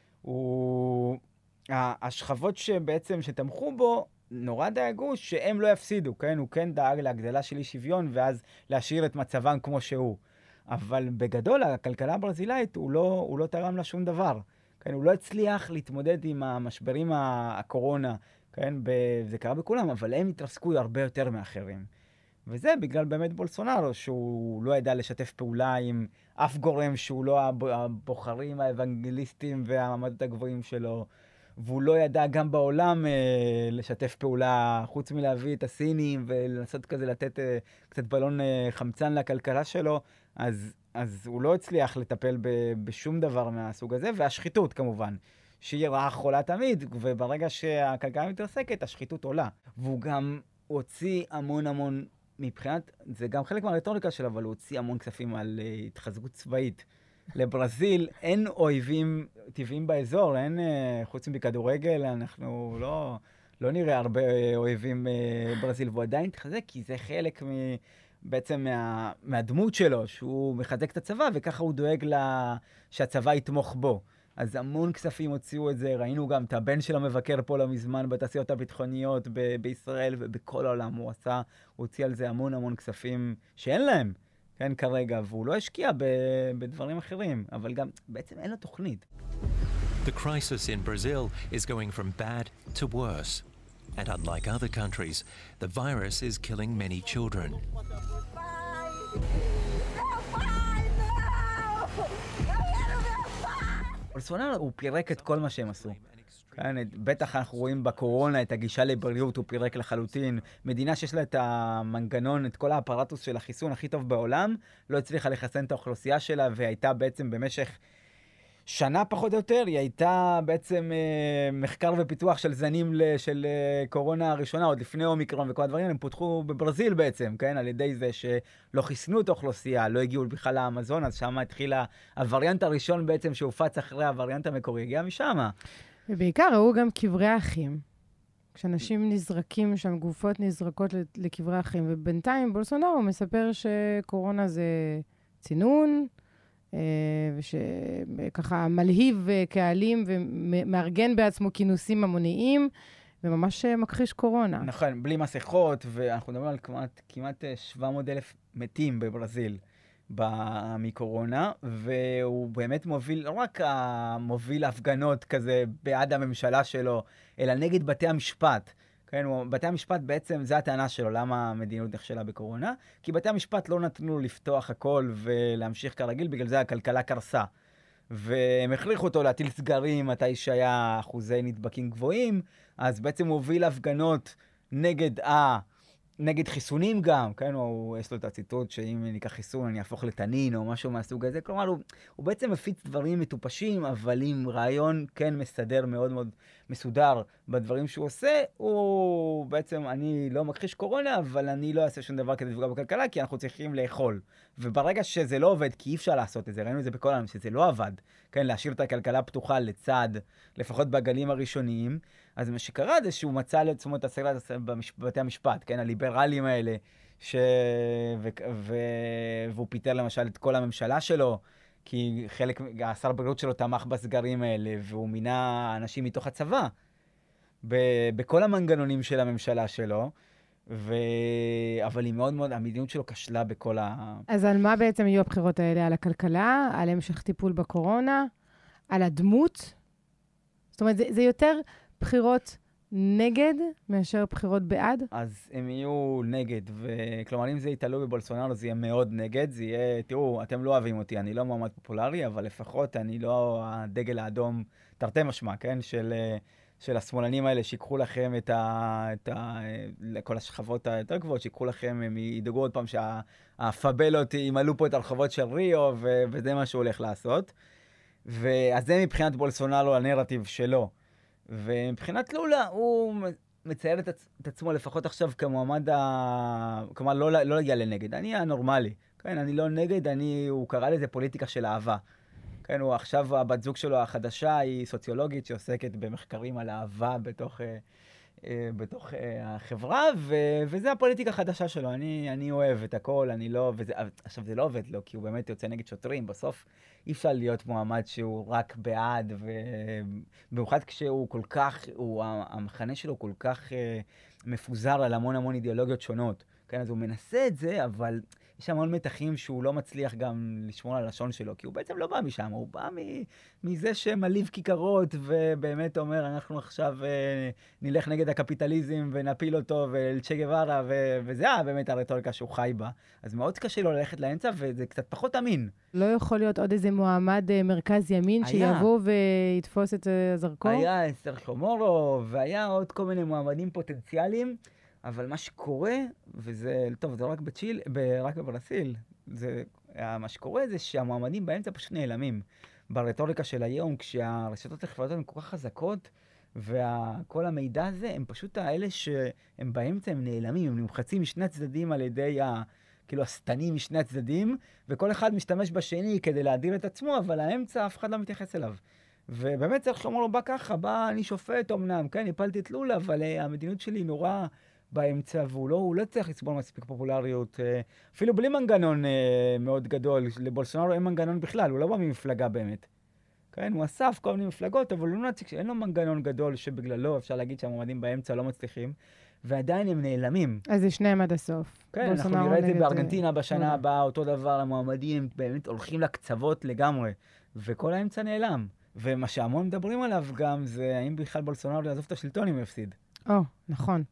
השכבות שבעצם שתמכו בו נורא דאגו שהם לא יפסידו, כן? הוא כן דאג להגדלה של אי שוויון ואז להשאיר את מצבם כמו שהוא. אבל בגדול, הכלכלה הברזילאית הוא לא תרם לה שום דבר. כן? הוא לא הצליח להתמודד עם המשברים הקורונה, כן? זה קרה בכולם, אבל הם התרסקו הרבה יותר מאחרים. וזה בגלל באמת בולסונארו, שהוא לא ידע לשתף פעולה עם אף גורם שהוא לא הבוחרים האוונגליסטים והמעמדות הגבוהים שלו, והוא לא ידע גם בעולם לשתף פעולה, חוץ מלהביא את הסינים ולנסות כזה לתת קצת בלון חמצן לכלכלה שלו, אז הוא לא הצליח לטפל בשום דבר מהסוג הזה, והשחיתות כמובן, שהיא רעה חולה תמיד, וברגע שהכלכלה מתרסקת, השחיתות עולה. והוא גם הוציא המון מבחינת, זה גם חלק מהרטוריקה שלו, אבל הוא הוציא המון כספים על התחזקות צבאית. לברזיל אין אויבים טבעיים באזור, אין, חוץ מכדורגל, אנחנו לא נראה הרבה אויבים ברזיל, והוא עדיין התחזק, כי זה חלק בעצם מהדמות שלו, שהוא מחזק את הצבא, וככה הוא דואג שהצבא יתמוך בו. אז המון כספים הוציאו את זה, ראינו גם את הבן של המבקר פה לא מזמן בתעשיות הביטחוניות בישראל ובכל העולם, הוא הוציא על זה המון כספים שאין להם. כן, כרגע, והוא לא השקיע בדברים אחרים, אבל גם בעצם אין לו תוכנית. The crisis in Brazil is going from bad to worse. And unlike other countries, the virus is killing many children. בולסונארו הוא פירק את כל מה שהם עשו. כן, בטח אנחנו רואים בקורונה את הגישה לבריאות, הוא פירק לחלוטין. מדינה שיש לה את המנגנון, את כל האפרטוס של החיסון הכי טוב בעולם, לא הצליחה לחסן את האוכלוסייה שלה, והייתה בעצם במשך שנה פחות או יותר, היא הייתה בעצם מחקר ופיתוח של זנים של קורונה הראשונה, עוד לפני אומיקרון וכל הדברים, הם פותחו בברזיל בעצם, כן? על ידי זה שלא חיסנו את האוכלוסייה, לא הגיעו בכלל לאמזון, אז שם התחילה הווריאנט הראשון בעצם שהופץ אחרי הווריאנט המקורי, הגיע משם. ובעיקר ראו גם קברי אחים. כשאנשים נזרקים שם, גופות נזרקות לקברי אחים, ובינתיים בולסונארו מספר שקורונה זה צינון, ושככה מלהיב קהלים ומארגן בעצמו כינוסים המוניים, וממש מכחיש קורונה. נכון, בלי מסכות, ואנחנו מדברים על כמעט 700,000 מתים בברזיל. מקורונה, והוא באמת מוביל, לא רק מוביל הפגנות כזה בעד הממשלה שלו, אלא נגד בתי המשפט. כן, בתי המשפט בעצם, זה הטענה שלו, למה המדיניות נכשלה בקורונה, כי בתי המשפט לא נתנו לפתוח הכל ולהמשיך כרגיל, בגלל זה הכלכלה קרסה. והם הכריחו אותו להטיל סגרים מתי שהיה אחוזי נדבקים גבוהים, אז בעצם הוא הוביל הפגנות נגד חיסונים גם, כן, יש לו את הציטוט שאם ניקח חיסון אני אהפוך לתנין או משהו מהסוג הזה, כלומר הוא בעצם מפיץ דברים מטופשים, אבל עם רעיון כן מסדר מאוד מאוד מסודר בדברים שהוא עושה, הוא בעצם, אני לא מכחיש קורונה, אבל אני לא אעשה שום דבר כדי לפגוע בכלכלה, כי אנחנו צריכים לאכול. וברגע שזה לא עובד, כי אי אפשר לעשות את זה, ראינו את זה בכל העולם, שזה לא עבד, כן, להשאיר את הכלכלה פתוחה לצד, לפחות בגלים הראשוניים, אז מה שקרה זה שהוא מצא לעצמו את הסגרת בבתי המשפט, כן, הליברלים האלה, והוא פיטר למשל את כל הממשלה שלו, כי השר בריאות שלו תמך בסגרים האלה, והוא מינה אנשים מתוך הצבא, בכל המנגנונים של הממשלה שלו, אבל היא מאוד מאוד, המדיניות שלו כשלה בכל אז על מה בעצם יהיו הבחירות האלה? על הכלכלה, על המשך טיפול בקורונה, על הדמות? זאת אומרת, זה יותר בחירות נגד מאשר בחירות בעד? אז הם יהיו נגד, וכלומר, אם זה יתעלו בבולסונארו, זה יהיה מאוד נגד, זה יהיה, תראו, אתם לא אוהבים אותי, אני לא מועמד פופולרי, אבל לפחות אני לא הדגל האדום, תרתי משמע, כן, של השמאלנים האלה, שיקחו לכם כל השכבות היותר גבוהות, שיקחו לכם, הם ידאגו עוד פעם שהפאבלות ימלאו פה את הרחובות של ריו, וזה מה שהוא הולך לעשות. אז זה מבחינת בולסונארו הנרטיב שלו. ומבחינת לולה, הוא מצייר את עצמו לפחות עכשיו כמועמד, כלומר לא להגיע לנגד. אני הנורמלי, כן, אני לא נגד, הוא קרא לזה פוליטיקה של אהבה. כן, הוא עכשיו, הבת זוג שלו החדשה היא סוציולוגית שעוסקת במחקרים על אהבה בתוך החברה, וזה הפוליטיקה החדשה שלו. אני אוהב את הכל, אני לא, עכשיו זה לא עובד לו, כי הוא באמת יוצא נגד שוטרים. בסוף אי אפשר להיות מועמד שהוא רק בעד, ובמיוחד כשהוא כל כך, המחנה שלו כל כך מפוזר על המון אידיאולוגיות שונות. כן, אז הוא מנסה את זה, אבל יש המון מתחים שהוא לא מצליח גם לשמור על הלשון שלו, כי הוא בעצם לא בא משם, הוא בא מזה שמליב כיכרות, ובאמת אומר, אנחנו עכשיו נלך נגד הקפיטליזם ונפיל אותו ולצ'ה גווארה, וזה באמת הרטוריקה שהוא חי בה. אז מאוד קשה לו ללכת לאמצע, וזה קצת פחות אמין. לא יכול להיות עוד איזה מועמד מרכז ימין שיבוא ויתפוס את הזרקור? היה סרחיו מורו, והיה עוד כל מיני מועמדים פוטנציאליים, אבל מה שקורה, וזה, טוב, זה לא רק רק בברזיל, מה שקורה זה שהמועמדים באמצע פשוט נעלמים. ברטוריקה של היום, כשהרשתות החברתיות הן כל כך חזקות, וכל המידע הזה, הם פשוט האלה שהם באמצע, הם נעלמים, הם נמחצים משני הצדדים על ידי כאילו הסתנים משני הצדדים, וכל אחד משתמש בשני כדי להדיר את עצמו, אבל האמצע אף אחד לא מתייחס אליו. ובאמת צריך לומר לו, בא ככה, אני שופט אמנם, כן, הפלתי את לולה, אבל המדיניות שלי נורא באמצע, והוא לא צריך לצבור מספיק פופולריות, אפילו בלי מנגנון מאוד גדול. לבולסונארו אין מנגנון בכלל, הוא לא בא ממפלגה באמת. כן, הוא אסף כל מיני מפלגות, אבל הוא לא נציג, אין לו מנגנון גדול שבגללו אפשר להגיד שהמועמדים באמצע לא מצליחים, ועדיין הם נעלמים. אז זה שניהם עד הסוף. כן, אנחנו נראה את זה בארגנטינה בשנה הבאה, אותו דבר, המועמדים באמת הולכים לקצוות לגמרי, וכל האמצע נעלם. ומה שהמון מדברים עליו גם זה האם בכלל בולסונארו יעזוב את השלטון אם יפסיד. נכון.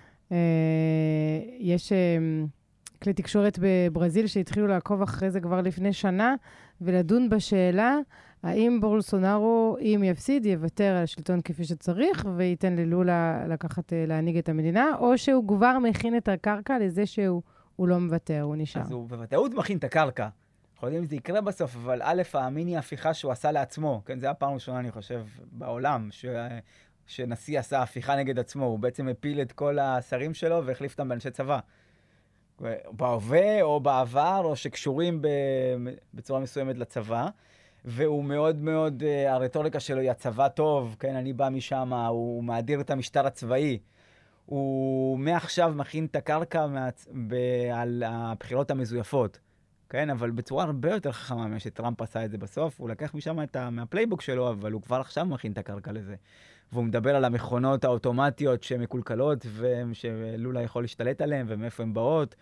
יש כלי תקשורת בברזיל שהתחילו לעקוב אחרי זה כבר לפני שנה, ולדון בשאלה האם בולסונארו, אם יפסיד, יוותר על השלטון כפי שצריך, וייתן ללולה להנהיג את המדינה, או שהוא כבר מכין את הקרקע לזה שהוא לא מוותר, הוא נשאר. אז הוא בוודאות מכין את הקרקע. אנחנו יודעים אם זה יקרה בסוף, אבל א', המיני הפיכה שהוא עשה לעצמו, כן, זה הפעם ראשונה, אני חושב, בעולם, שנשיא עשה הפיכה נגד עצמו, הוא בעצם הפיל את כל השרים שלו והחליף אותם באנשי צבא. בהווה או בעבר, או שקשורים בצורה מסוימת לצבא, והוא מאוד מאוד, הרטוריקה שלו היא הצבא טוב, כן, אני בא משם, הוא מאדיר את המשטר הצבאי, הוא מעכשיו מכין את הקרקע על הבחירות המזויפות, כן, אבל בצורה הרבה יותר חכמה מה שטראמפ עשה את זה בסוף, הוא לקח משם מהפלייבוק שלו, אבל הוא כבר עכשיו מכין את הקרקע לזה. והוא מדבר על המכונות האוטומטיות שמקולקלות, ושלולה יכול להשתלט עליהן, ומאיפה הן באות.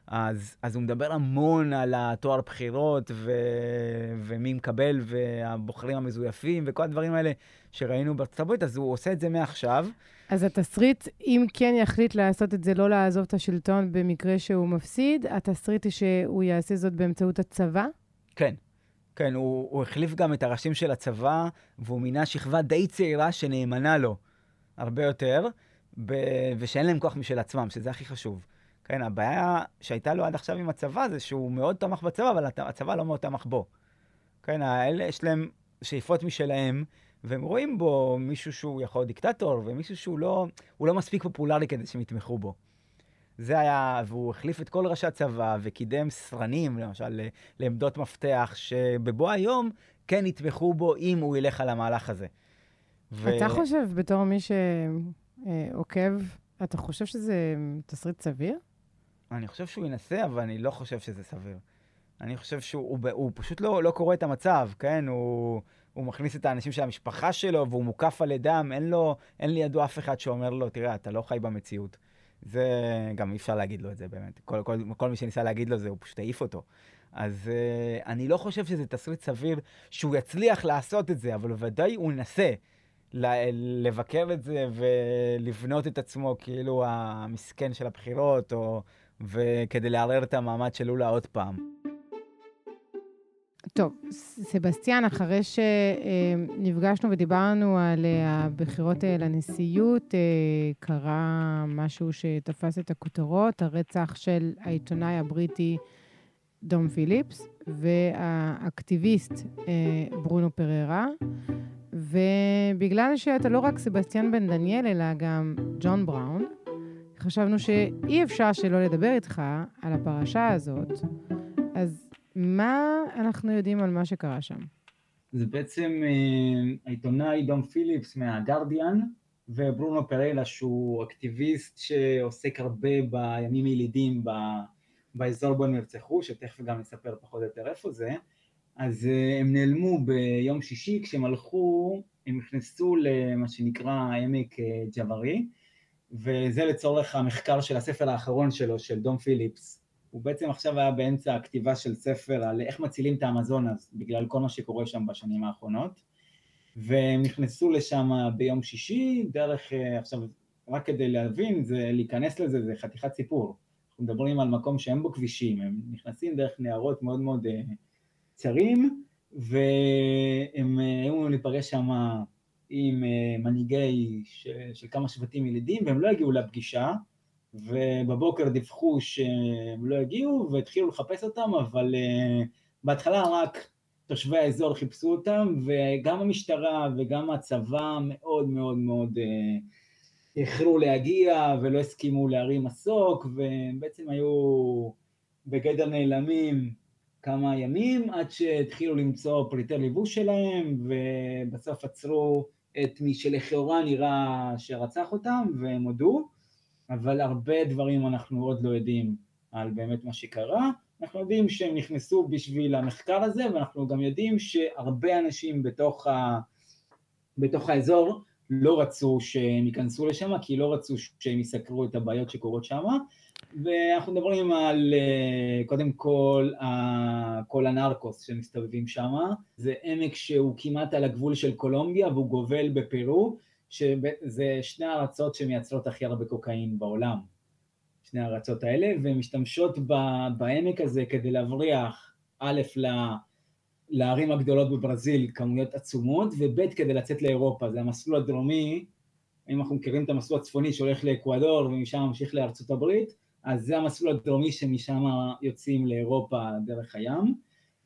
אז הוא מדבר המון על התואר בחירות ומי מקבל והבוחרים המזויפים וכל הדברים האלה שראינו בארצות הברית, אז הוא עושה את זה מעכשיו. אז התסריט, אם כן יחליט לעשות את זה, לא לעזוב את השלטון במקרה שהוא מפסיד, התסריט היא שהוא יעשה זאת באמצעות הצבא? כן. כן, הוא החליף גם את הראשים של הצבא, והוא מינה שכבה די צעירה שנאמנה לו הרבה יותר, ושאין להם כוח משל עצמם, שזה הכי חשוב. כן, הבעיה שהייתה לו עד עכשיו עם הצבא זה שהוא מאוד תמך בצבא, אבל הצבא לא מאוד תמך בו. כן, האלה יש להם שאיפות משלהם, והם רואים בו מישהו שהוא יכול להיות דיקטטור, ומישהו שהוא לא מספיק פופולרי כדי שהם יתמכו בו. זה היה, והוא החליף את כל ראשי הצבא, וקידם סרנים, למשל, לעמדות מפתח, שבבוא היום כן יתמכו בו אם הוא ילך על המהלך הזה. אתה חושב, בתור מי שעוקב, אתה חושב שזה תסריט סביר? אני חושב שהוא ינסה, אבל אני לא חושב שזה סביר. אני חושב שהוא פשוט לא קורא את המצב, כן? הוא מכניס את האנשים של המשפחה שלו, והוא מוקף על ידם, אין לי ידוע אף אחד שאומר לו, תראה, אתה לא חי במציאות. זה גם אי אפשר להגיד לו את זה באמת. כל מי שניסה להגיד לו זה, הוא פשוט העיף אותו. אז אני לא חושב שזה תסריט סביר שהוא יצליח לעשות את זה, אבל ודאי הוא ינסה לבקר את זה ולבנות את עצמו כאילו המסכן של הבחירות, וכדי לערער את המעמד של לולה עוד פעם. טוב, סבסטיאן, אחרי שנפגשנו ודיברנו על הבחירות לנשיאות, קרה משהו שתפס את הכותרות, הרצח של העיתונאי הבריטי דום פיליפס, והאקטיביסט ברונו פררה, ובגלל שאתה לא רק סבסטיאן בן דניאל, אלא גם ג'ון בראון, חשבנו שאי אפשר שלא לדבר איתך על הפרשה הזאת, אז מה אנחנו יודעים על מה שקרה שם? זה בעצם העיתונאי דום פיליפס מהגרדיאן, וברונו פררה שהוא אקטיביסט שעוסק הרבה בימים ילידים באזור בו נרצחו, שתכף גם נספר פחות או יותר איפה זה. אז הם נעלמו ביום שישי, כשהם הלכו, הם נכנסו למה שנקרא עמק ג'ברי, וזה לצורך המחקר של הספר האחרון שלו, של דום פיליפס. הוא בעצם עכשיו היה באמצע הכתיבה של ספר על איך מצילים את האמזונס, בגלל כל מה שקורה שם בשנים האחרונות, והם נכנסו לשם ביום שישי, דרך, עכשיו, רק כדי להבין, זה להיכנס לזה, זה חתיכת סיפור. אנחנו מדברים על מקום שאין בו כבישים, הם נכנסים דרך נהרות מאוד מאוד צרים, והם היו להיפגש שם עם מנהיגי של כמה שבטים ילידים, והם לא הגיעו לפגישה, ובבוקר דיווחו שהם לא הגיעו, והתחילו לחפש אותם, אבל בהתחלה רק תושבי האזור חיפשו אותם, וגם המשטרה וגם הצבא מאוד מאוד מאוד איחרו להגיע, ולא הסכימו להרים מסוק, ובעצם היו בגדר נעלמים כמה ימים, עד שהתחילו למצוא פריטי ליבוש שלהם, ובסוף עצרו את מי שלכאורה נראה שרצח אותם, והם הודו, אבל הרבה דברים אנחנו עוד לא יודעים על באמת מה שקרה. אנחנו יודעים שהם נכנסו בשביל המחקר הזה, ואנחנו גם יודעים שהרבה אנשים בתוך האזור לא רצו שהם ייכנסו לשם, כי לא רצו שהם יסקרו את הבעיות שקורות שם, ואנחנו מדברים על, קודם כל הנרקוס שמסתובבים שם, זה עמק שהוא כמעט על הגבול של קולומביה, והוא גובל בפרו, שזה שני הארצות שמייצרות הכי הרבה קוקאין בעולם, שני הארצות האלה, והן משתמשות בעמק הזה כדי להבריח, א', לערים הגדולות בברזיל כמויות עצומות, וב' כדי לצאת לאירופה, זה המסלול הדרומי, אם אנחנו מכירים את המסלול הצפוני שהולך לאקוודור ומשם ממשיך לארצות הברית, אז זה המסלול הדרומי שמשם יוצאים לאירופה דרך הים,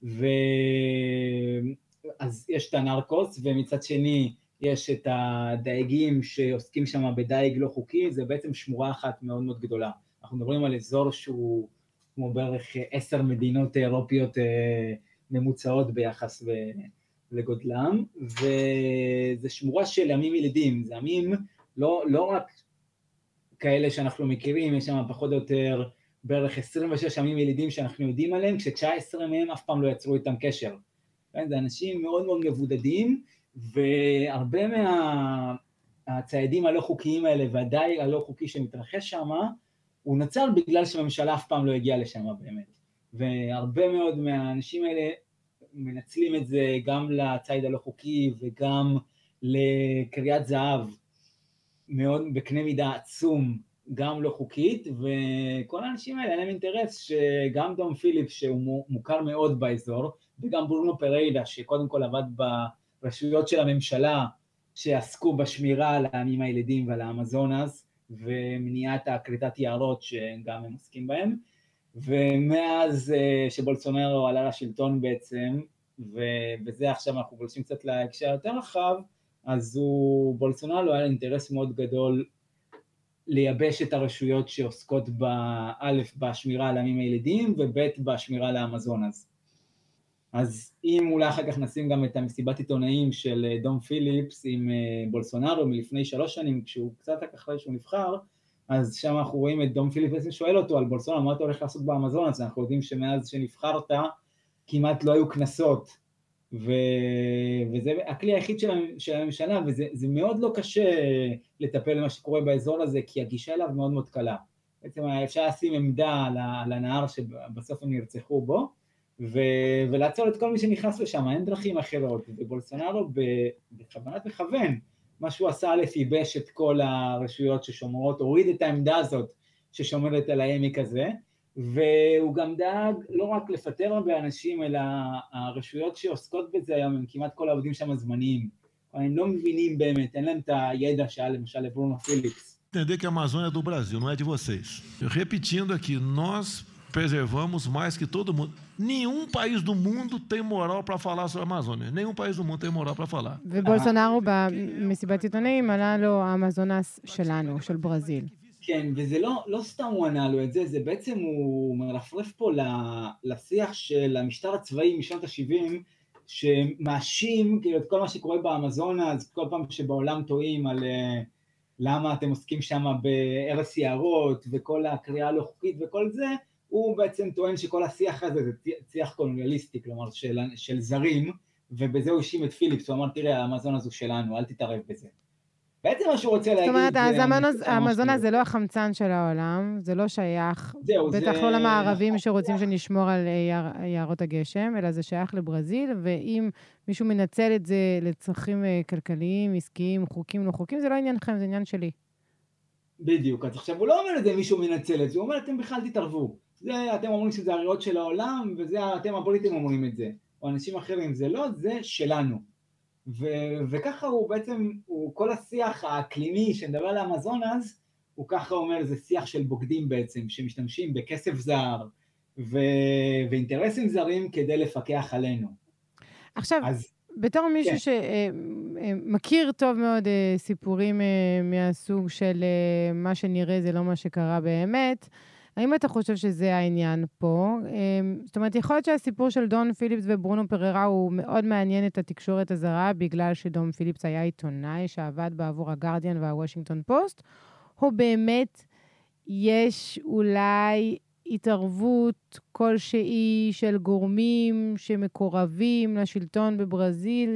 אז יש את הנרקוס, ומצד שני יש את הדייגים שעוסקים שם בדייג לא חוקי, זה בעצם שמורה אחת מאוד מאוד גדולה. אנחנו מדברים על אזור שהוא כמו בערך 10 מדינות אירופיות ממוצעות ביחס לגודלם, וזה שמורה של עמים ילידים, זה עמים לא רק כאלה שאנחנו מכירים, יש שם פחות או יותר בערך 26 עמים ילידים שאנחנו יודעים עליהם, כש-19 מהם אף פעם לא יצרו איתם קשר. זה אנשים מאוד מאוד מבודדים, והרבה מהציידים הלא חוקיים האלה, והדייג הלא חוקי שמתרחש שם, הוא נוצר בגלל שהממשלה אף פעם לא הגיעה לשם באמת. והרבה מאוד מהאנשים האלה מנצלים את זה גם לציד הלא חוקי וגם לקריאת זהב, מאוד בקנה מידה עצום, גם לא חוקית, וכל האנשים האלה אין להם אינטרס שגם דום פיליפס, שהוא מוכר מאוד באזור, וגם ברונו פריירה, שקודם כל עבד ברשויות של הממשלה, שעסקו בשמירה על העמים הילידים ועל האמזונס, ומניעת הכריתת יערות שגם הם עוסקים בהם, ומאז שבולסונרו עלה לשלטון בעצם, וזה עכשיו אנחנו גולשים קצת להקשר יותר רחב, אז בולסונרו היה אינטרס מאוד גדול לייבש את הרשויות שעוסקות באלף בשמירה על העמים הילידים, ובית בשמירה על האמזונס. אז אם אולי אחר כך נשים גם את המסיבת עיתונאים של דום פיליפס עם בולסונרו מלפני 3 שנים, כשהוא קצת אחרי שהוא נבחר, אז שם אנחנו רואים את דום פיליפס שואל אותו על בולסונרו, מה אתה הולך לעשות באמזונס? אנחנו יודעים שמאז שנבחרת כמעט לא היו כנסות, וזה הכלי היחיד של הממשלה, וזה מאוד לא קשה לטפל במה שקורה באזור הזה, כי הגישה אליו מאוד מאוד קלה. בעצם אפשר לשים עמדה על הנהר שבסוף הם נרצחו בו, ולעצור את כל מי שנכנס לשם, אין דרכים אחרות, ובולסונרו בכוונת מכוון, מה שהוא עשה ייבש את כל הרשויות ששומרות, הוריד את העמדה הזאת ששומרת על העמק הזה, והוא גם דאג לא רק לפטר הרבה אנשים, אלא הרשויות שעוסקות בזה היום, הם כמעט כל העובדים שם זמניים, הם לא מבינים באמת, אין להם את הידע שהיה למשל לברונו פיליפס. Entender que a Amazônia é do Brasil, não é de vocês. Repetindo aqui, nós preservamos mais que todo mundo. Nenhum país do mundo tem moral para falar sobre a Amazônia. Nenhum país do mundo tem moral para falar. ובולסונרו במסיבת עיתונאים עלה לו האמזונס שלנו, של ברזיל. כן, וזה לא סתם הוא ענה לו את זה, זה בעצם הוא מרפרף פה לשיח של המשטר הצבאי משנות ה-70, שמאשים כאילו את כל מה שקורה באמזונס, כל פעם שבעולם טועים על למה אתם עוסקים שם בהרס יערות, וכל הקריאה הלא חוקית וכל זה, הוא בעצם טוען שכל השיח הזה זה שיח קולוניאליסטי, כלומר של זרים, ובזה הוא האשים את פיליפס, הוא אמר, תראה, האמזונס הוא שלנו, אל תתערב בזה. בעצם מה שהוא רוצה להגיד... זאת אומרת, האמזונס זה לא החמצן של העולם, זה לא שייך, בטח לא למערבים שרוצים שנשמור על יערות הגשם, אלא זה שייך לברזיל, ואם מישהו מנצל את זה לצרכים כלכליים, עסקיים, חוקים, לא חוקים, זה לא עניינכם, זה עניין שלי. בדיוק, אז עכשיו הוא לא אומר את זה מישהו מנצל את זה, הוא אומר, אתם בכלל תתערבו. זה, אתם אומרים שזה הריאות של העולם, וזה אתם הפוליטים אומרים את זה, או אנשים אחרים, זה לא, זה שלנו. וככה הוא בעצם, כל השיח האקלימי שנדבר על האמזונס, הוא ככה אומר, זה שיח של בוגדים בעצם, שמשתמשים בכסף זר, ואינטרסים זרים כדי לפקח עלינו. עכשיו, בתור מישהו שמכיר טוב מאוד סיפורים מהסוג של מה שנראה זה לא מה שקרה באמת, האם אתה חושב שזה העניין פה? זאת אומרת, יכול להיות שהסיפור של דון פיליפס וברונו פררה הוא מאוד מעניין את התקשורת הזרה, בגלל שדון פיליפס היה עיתונאי שעבד בעבור הגרדיאן והוושינגטון פוסט, או באמת יש אולי התערבות כלשהי של גורמים שמקורבים לשלטון בברזיל,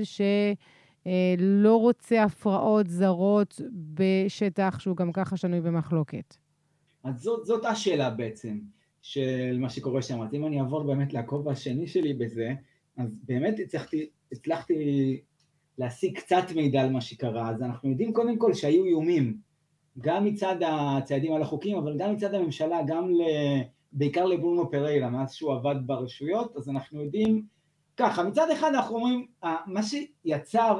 שלא רוצה הפרעות זרות בשטח שהוא גם ככה שנוי במחלוקת? אז זאת השאלה בעצם, של מה שקורה שם. אז אם אני אעבור באמת לעקוב השני שלי בזה, אז באמת הצלחתי להשיג קצת מידע על מה שקרה. אז אנחנו יודעים קודם כל שהיו איומים, גם מצד הצעדים הלא חוקיים, אבל גם מצד הממשלה, גם בעיקר לברונו פריירה, מאז שהוא עבד ברשויות, אז אנחנו יודעים ככה, מצד אחד אנחנו אומרים, מה שיצר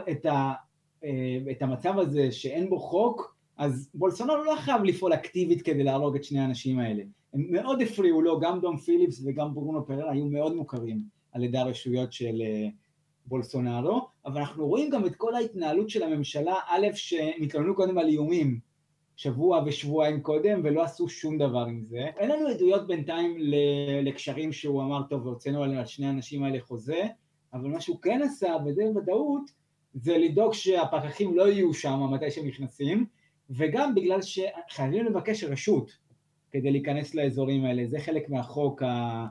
את המצב הזה שאין בו חוק, אז בולסונרו לא חייב לפעול אקטיבית כדי להרוג את שני האנשים האלה. הם מאוד הפריעו לו, גם דום פיליפס וגם ברונו פררה היו מאוד מוכרים על ידי הרשויות של בולסונרו, אבל אנחנו רואים גם את כל ההתנהלות של הממשלה, א' שמתלוננו קודם על איומים, שבוע ושבועיים קודם, ולא עשו שום דבר עם זה. אין לנו עדויות בינתיים לקשרים שהוא אמר, טוב, והוצאנו על שני האנשים האלה חוזה, אבל מה שהוא כן עשה, וזה ודאות, זה לדאוג שהפקחים לא יהיו שם מתי שהם נכנסים, וגם בגלל שחייבים לבקש רשות כדי להיכנס לאזורים האלה. זה חלק מהחוק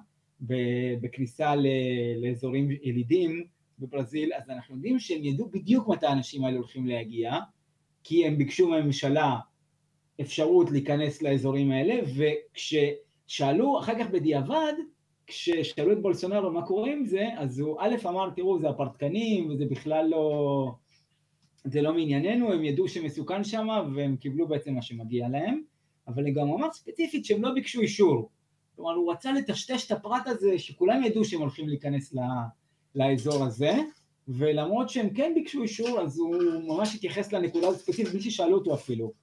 בכניסה לאזורים ילידים בברזיל, אז אנחנו יודעים שהם ידעו בדיוק מתי האנשים האלה הולכים להגיע, כי הם ביקשו מהממשלה אפשרות להיכנס לאזורים האלה, וכששאלו אחר כך בדיעבד, כששאלו את בולסונארו מה קורה עם זה, אז הוא א' אמר, תראו, זה הפרטקנים, וזה בכלל לא, זה לא מענייננו, הם ידעו שמסוכן שם, והם קיבלו בעצם מה שמגיע להם, אבל גם אמר ספציפית שהם לא ביקשו אישור. כלומר, הוא רצה לטשטש את הפרט הזה, שכולם ידעו שהם הולכים להיכנס לאזור הזה, ולמרות שהם כן ביקשו אישור, אז הוא ממש התייחס לנקודה הספציפית, בלי ששאלו אותו אפילו.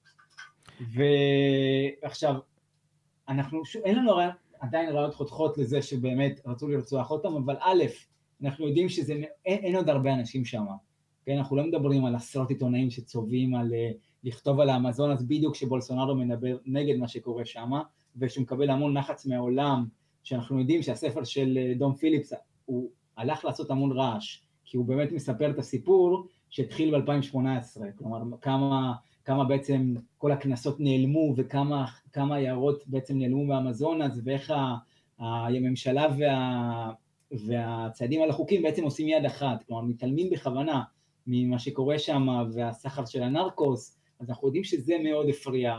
ועכשיו, אין לנו עדיין ראיות חותכות לזה שבאמת רצו לרצוח אותם, אבל א', אנחנו יודעים אין עוד הרבה אנשים שם. כן, אנחנו לא מדברים על עשרות עיתונאים שצובעים על לכתוב על האמזון, אז בדיוק שבולסונארו מדבר נגד מה שקורה שם, ושהוא מקבל המון לחץ מהעולם, שאנחנו יודעים שהספר של דום פיליפס, הוא הלך לעשות המון רעש, כי הוא באמת מספר את הסיפור שהתחיל ב-2018, כלומר כמה בעצם כל הכנסות נעלמו, וכמה יערות בעצם נעלמו באמזונס, ואיך הממשלה והצעדים על החוקים בעצם עושים יד אחת, כלומר מתעלמים בכוונה ממה שקורה שם, והסחר של הנרקוס, אז אנחנו יודעים שזה מאוד הפריע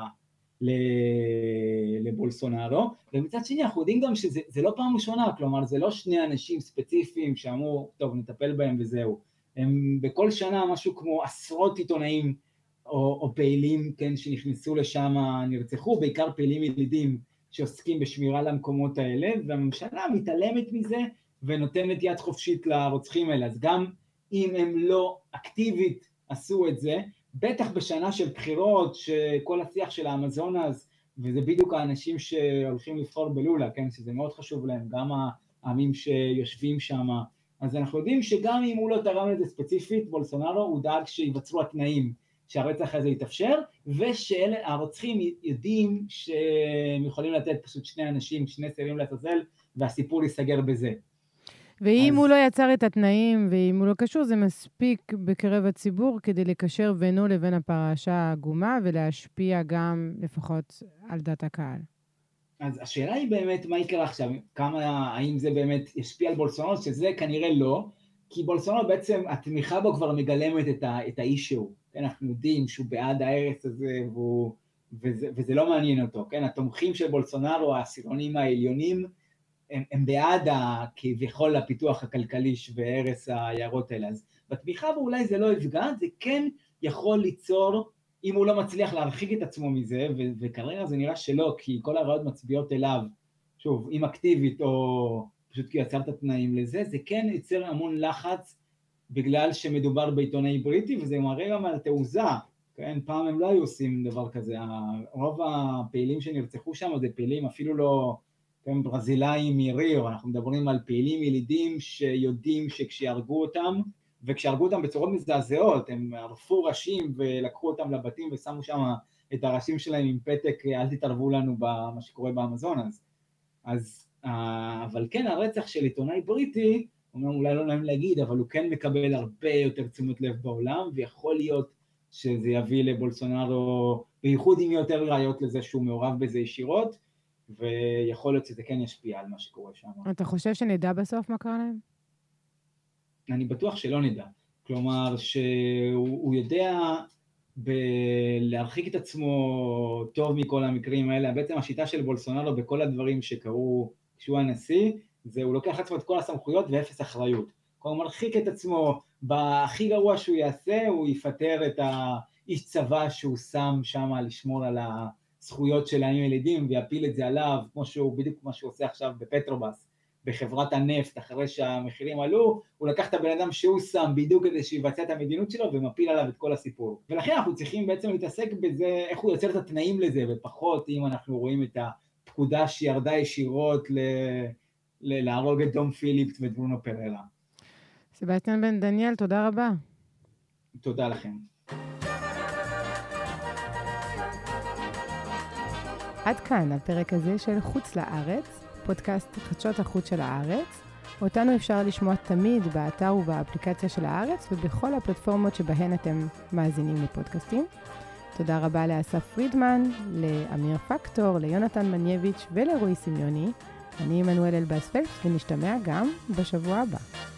לבולסונארו, ומצד שני אנחנו יודעים גם שזה לא פעם ראשונה, כלומר זה לא שני אנשים ספציפיים שאמרו, טוב נטפל בהם וזהו, הם בכל שנה משהו כמו עשרות עיתונאים או פעילים, כן, שנכנסו לשם נרצחו, בעיקר פעילים ילידים שעוסקים בשמירה למקומות האלה, והממשלה מתעלמת מזה ונותנת יד חופשית לרוצחים האלה, אז גם אם הם לא אקטיבית עשו את זה, בטח בשנה של בחירות, שכל השיח של האמזונס, וזה בדיוק האנשים שהולכים לבחור בלולה, כן, שזה מאוד חשוב להם, גם העמים שיושבים שם, אז אנחנו יודעים שגם אם הוא לא תרם לזה ספציפית, בולסונארו, הוא דאג שיווצרו התנאים שהרצח הזה יתאפשר, ושהרוצחים יודעים שהם יכולים לתת פשוט שני אנשים, שני סירים לעזאזל, והסיפור ייסגר בזה. ואם הוא לא יצר את התנאים, ואם הוא לא קשור, זה מספיק בקרב הציבור כדי לקשר בינו לבין הפרשה העגומה, ולהשפיע גם לפחות על דת הקהל. אז השאלה היא באמת מה יקרה עכשיו, האם זה באמת ישפיע על בולסונארו, שזה כנראה לא, כי בולסונארו בעצם, התמיכה בו כבר מגלמת את האישו, כן, אנחנו יודעים שהוא בעד הארץ הזה, וזה לא מעניין אותו, כן, התומכים של בולסונארו, העשירונים העליונים, הם בעד כביכול הפיתוח הכלכלי והרס היערות האלה, אז בתמיכה בו אולי זה לא יפגע, זה כן יכול ליצור, אם הוא לא מצליח להרחיק את עצמו מזה, וכרגע זה נראה שלא, כי כל הראיות מצביעות אליו, שוב, אם אקטיבית או פשוט כי יצר את התנאים לזה, זה כן ייצר המון לחץ, בגלל שמדובר בעיתונאי בריטי, וזה מראה גם על תעוזה, כן, פעם הם לא היו עושים דבר כזה, רוב הפעילים שנרצחו שם, זה פעילים אפילו לא, כן, ברזילאים מריו, אנחנו מדברים על פעילים ילידים שיודעים שכשירגו אותם, וכשהרגו אותם בצורות מזעזעות, הם ערפו ראשים ולקחו אותם לבתים ושמו שם את הראשים שלהם עם פתק, אל תתערבו לנו במה שקורה באמזונס. אבל כן, הרצח של עיתונאי בריטי, אומנם אולי לא נעים להגיד, אבל הוא כן מקבל הרבה יותר תשומת לב בעולם, ויכול להיות שזה יביא לבולסונארו, בייחוד עם יותר ראיות לזה שהוא מעורב בזה ישירות, ויכול להיות שזה כן ישפיע על מה שקורה שם. אתה חושב שנדע בסוף מה קרה להם? אני בטוח שלא נדע. כלומר, שהוא יודע להרחיק את עצמו טוב מכל המקרים האלה. בעצם השיטה של בולסונארו בכל הדברים שקרו כשהוא הנשיא, זה הוא לוקח לעצמו את כל הסמכויות ואפס אחריות. כלומר, הוא מרחיק את עצמו, בהכי גרוע שהוא יעשה, הוא יפטר את האיש צבא שהוא שם שם לשמור על הזכויות של העמים הילידים, ויפיל את זה עליו, כמו שהוא, בדיוק מה שהוא עושה עכשיו בפטרובאס, בחברת הנפט, אחרי שהמחירים עלו, הוא לקח את הבן אדם שהוא שם בדיוק כדי שיבצע את המדינות שלו, ומפיל עליו את כל הסיפור. ולכן אנחנו צריכים בעצם להתעסק בזה, איך הוא יוצר את התנאים לזה, ופחות אם אנחנו רואים את הפקודה שירדה ישירות להרוג את דום פיליפס וברונו פררה. סבסטיאן בן דניאל, תודה רבה. תודה לכם. עד כאן הפרק הזה של חוץ לארץ, פודקאסט חדשות החוץ של הארץ. אותנו אפשר לשמוע תמיד באתר ובאפליקציה של הארץ, ובכל הפלטפורמות שבהן אתם מאזינים לפודקאסטים. תודה רבה לאסף פרידמן, לאמיר פקטור, ליונתן מנייביץ' ולרועי סמיוני. אני עמנואל אלבאס פלפס, ונשתמע גם בשבוע הבא.